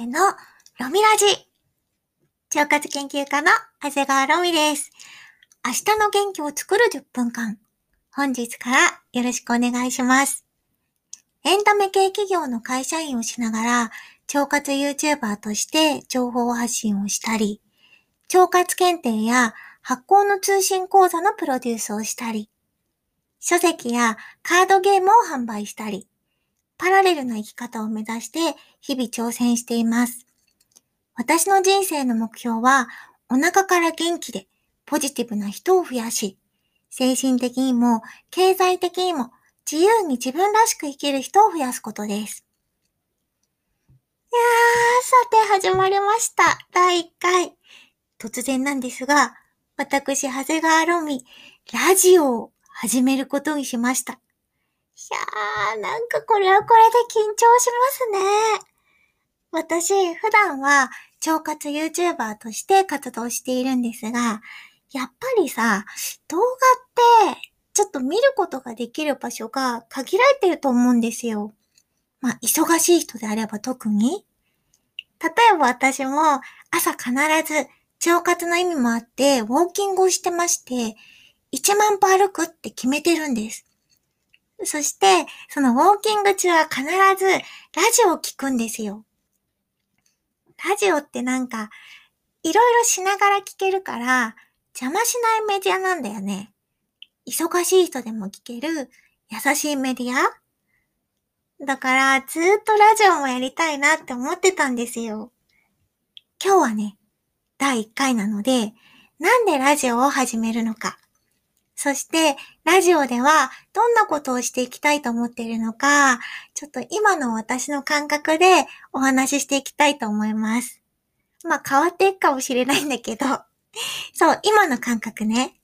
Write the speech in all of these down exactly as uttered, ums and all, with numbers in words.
ーの、ロミラジ。腸活研究家の長谷川ロミです。明日の元気を作るじゅっぷんかん。本日からよろしくお願いします。エンタメ系企業の会社員をしながら、腸活 YouTuber として情報発信をしたり、腸活検定や発行の通信講座のプロデュースをしたり、書籍やカードゲームを販売したり、パラレルな生き方を目指して日々挑戦しています。私の人生の目標は、お腹から元気でポジティブな人を増やし、精神的にも経済的にも自由に自分らしく生きる人を増やすことです。いやー、さて始まりました。だいいっかい。突然なんですが、私、長谷川ロミ、ラジオを始めることにしました。いやー、なんかこれはこれで緊張しますね。私、普段は腸活 YouTuber として活動しているんですが、やっぱりさ、動画ってちょっと見ることができる場所が限られてると思うんですよ。まあ、忙しい人であれば特に。例えば私も朝必ず腸活の意味もあってウォーキングをしてまして、いちまんぽ歩くって決めてるんです。そして、そのウォーキング中は必ずラジオを聞くんですよ。ラジオってなんか、いろいろしながら聞けるから、邪魔しないメディアなんだよね。忙しい人でも聞ける優しいメディアだから、ずーっとラジオもやりたいなって思ってたんですよ。今日はね、だいいっかいなので、なんでラジオを始めるのか。そして、ラジオではどんなことをしていきたいと思っているのか、ちょっと今の私の感覚でお話ししていきたいと思います。まあ変わっていくかもしれないんだけど、そう、今の感覚ね。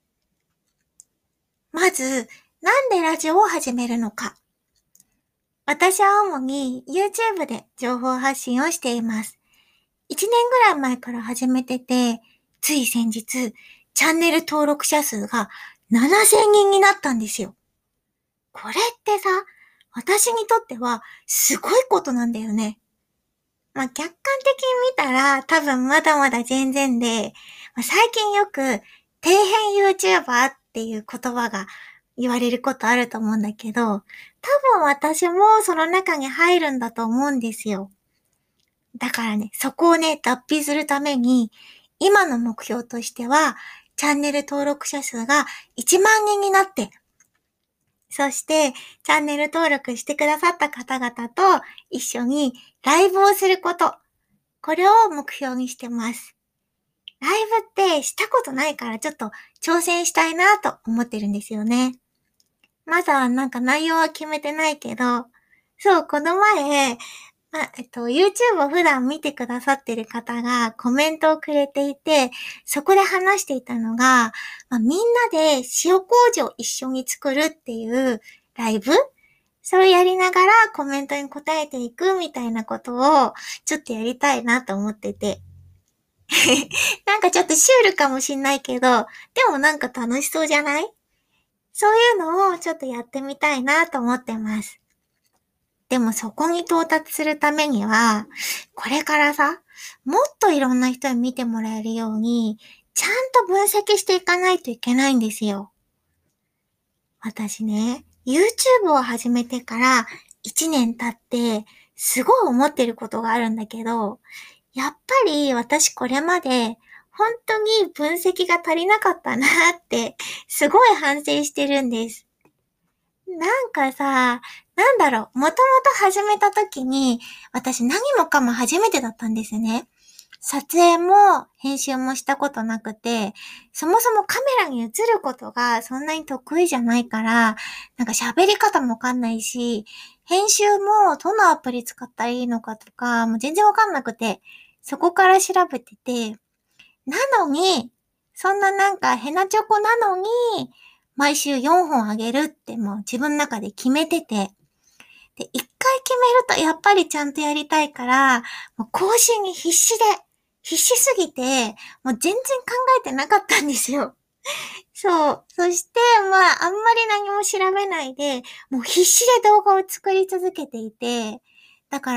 まず、なんでラジオを始めるのか。私は主に YouTube で情報発信をしています。いちねんぐらい前から始めてて、つい先日、チャンネル登録者数がななせんにんになったんですよ。これってさ、私にとってはすごいことなんだよね。まあ、客観的に見たら多分まだまだ全然で、まあ、最近よく底辺 YouTuber っていう言葉が言われることあると思うんだけど、多分私もその中に入るんだと思うんですよ。だからね、そこをね、脱皮するために、今の目標としては、チャンネル登録者数がいちまんにんになって、そして、チャンネル登録してくださった方々と一緒にライブをすること。これを目標にしてます。ライブってしたことないからちょっと挑戦したいなと思ってるんですよね。まだなんか内容は決めてないけど、そう、この前、まあ、えっと、YouTube を普段見てくださってる方がコメントをくれていて、そこで話していたのが、まあ、みんなで塩麹を一緒に作るっていうライブそれをやりながらコメントに答えていくみたいなことをちょっとやりたいなと思ってて。なんかちょっとシュールかもしんないけど、でもなんか楽しそうじゃない？そういうのをちょっとやってみたいなと思ってます。でもそこに到達するためには、これからさ、もっといろんな人に見てもらえるように、ちゃんと分析していかないといけないんですよ。私ね、YouTube を始めてからいちねん経って、すごい思ってることがあるんだけど、やっぱり私これまで本当に分析が足りなかったなって、すごい反省してるんです。なんかさ、なんだろう、もともと始めた時に、私何もかも初めてだったんですね。撮影も編集もしたことなくて、そもそもカメラに映ることがそんなに得意じゃないから、なんか喋り方もわかんないし、編集もどのアプリ使ったらいいのかとか、もう全然わかんなくて、そこから調べてて、なのに、そんななんかヘナチョコなのに、毎週よんほんあげるってもう自分の中で決めてて、で、一回決めるとやっぱりちゃんとやりたいから、もう更新に必死で、必死すぎて、もう全然考えてなかったんですよ。そう。そして、まあ、あんまり何も調べないで、もう必死で動画を作り続けていて、だから、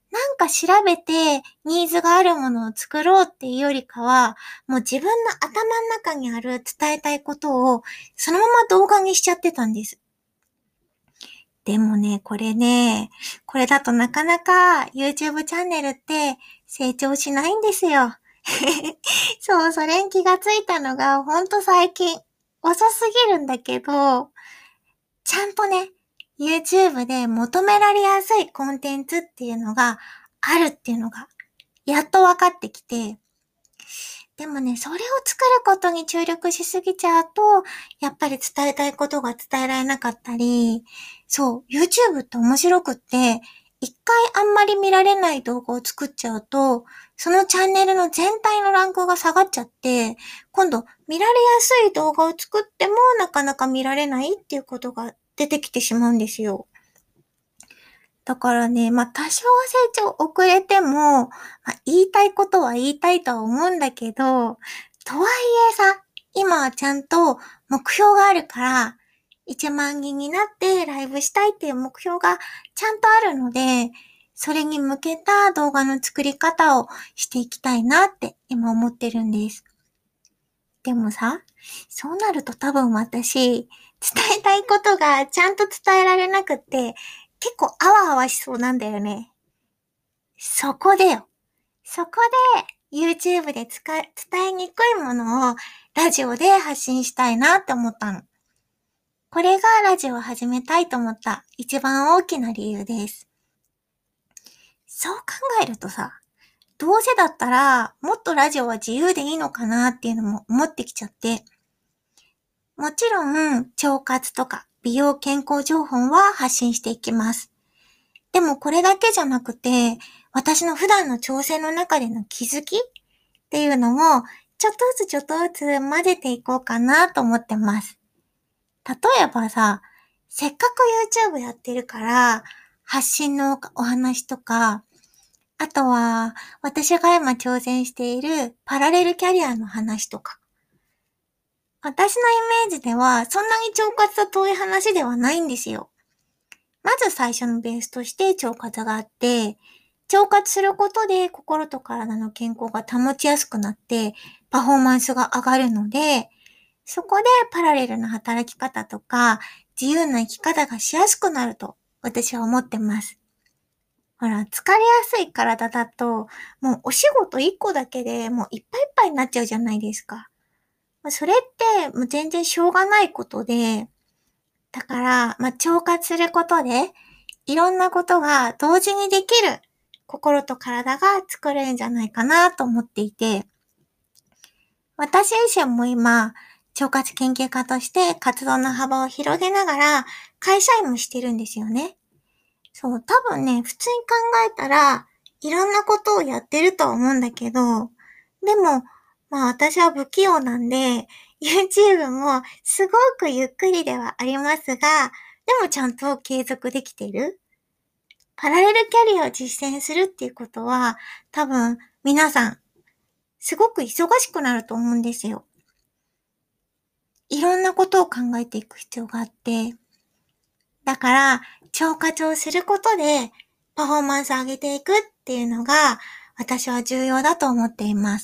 なんか調べてニーズがあるものを作ろうっていうよりかは、もう自分の頭の中にある伝えたいことをそのまま動画にしちゃってたんです。でもね、これね、これだとなかなか YouTube チャンネルって成長しないんですよ。そう、それに気がついたのがほんと最近。遅すぎるんだけど、ちゃんとね、YouTube で求められやすいコンテンツっていうのがあるっていうのがやっと分かってきて、でもね、それを作ることに注力しすぎちゃうと、やっぱり伝えたいことが伝えられなかったり、そう、YouTube って面白くって、一回あんまり見られない動画を作っちゃうと、そのチャンネルの全体のランクが下がっちゃって、今度見られやすい動画を作ってもなかなか見られないっていうことが出てきてしまうんですよ。だからね、まあ、多少成長遅れても、まあ、言いたいことは言いたいとは思うんだけど、とはいえさ、今はちゃんと目標があるから、いちまん人になってライブしたいっていう目標がちゃんとあるので、それに向けた動画の作り方をしていきたいなって今思ってるんです。でもさ、そうなると多分私、伝えたいことがちゃんと伝えられなくって、結構あわあわしそうなんだよね。そこでよ。そこで YouTube で使え、伝えにくいものをラジオで発信したいなって思ったの。これがラジオを始めたいと思った一番大きな理由です。そう考えるとさ、どうせだったらもっとラジオは自由でいいのかなっていうのも思ってきちゃって、もちろん腸活とか美容健康情報は発信していきます。でもこれだけじゃなくて、私の普段の挑戦の中での気づきっていうのを、ちょっとずつちょっとずつ混ぜていこうかなと思ってます。例えばさ、せっかく YouTube やってるから、発信のお話とか、あとは、私が今挑戦しているパラレルキャリアの話とか。私のイメージでは、そんなに腸活と遠い話ではないんですよ。まず最初のベースとして腸活があって、腸活することで心と体の健康が保ちやすくなってパフォーマンスが上がるので、そこでパラレルな働き方とか自由な生き方がしやすくなると私は思ってます。ほら、疲れやすい体だともうお仕事一個だけでもういっぱいいっぱいになっちゃうじゃないですか。それってもう全然しょうがないことで、だから、まあ、腸活することで、いろんなことが同時にできる心と体が作れるんじゃないかなと思っていて、私自身も今、腸活研究家として活動の幅を広げながら会社員もしてるんですよね。そう、多分ね、普通に考えたらいろんなことをやってるとは思うんだけど、でも、まあ私は不器用なんで、YouTube もすごくゆっくりではありますが、でもちゃんと継続できてる。パラレルキャリアを実践するっていうことは、多分皆さん、すごく忙しくなると思うんですよ。いろんなことを考えていく必要があって、だから、腸活をすることで、パフォーマンスを上げていくっていうのが、私は重要だと思っています。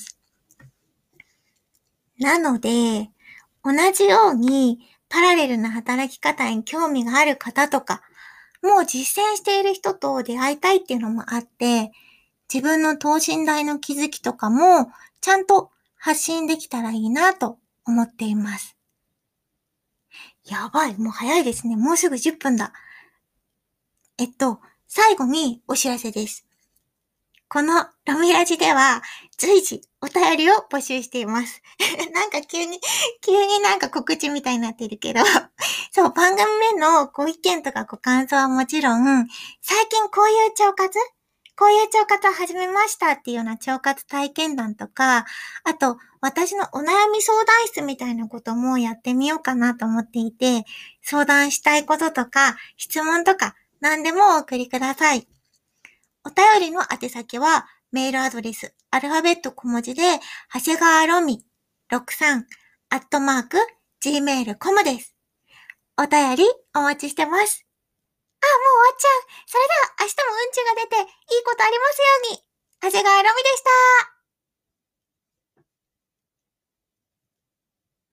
なので、同じようにパラレルな働き方に興味がある方とか、もう実践している人と出会いたいっていうのもあって、自分の等身大の気づきとかもちゃんと発信できたらいいなと思っています。やばい、もう早いですね。もうすぐじゅっぷんだ。えっと、最後にお知らせです。このロミラジでは随時お便りを募集しています。なんか急に、急になんか告知みたいになってるけど。そう、番組へのご意見とかご感想はもちろん、最近こういう腸活こういう腸活を始めましたっていうような腸活体験談とか、あと私のお悩み相談室みたいなこともやってみようかなと思っていて、相談したいこととか質問とか何でもお送りください。お便りの宛先は、メールアドレス、アルファベット小文字で、長谷川ロミろくさん、アットマーク、ジーメールドットコム です。お便りお待ちしてます。あ、もう終わっちゃう。それでは明日もうんちゅが出ていいことありますように。長谷川ロミでした。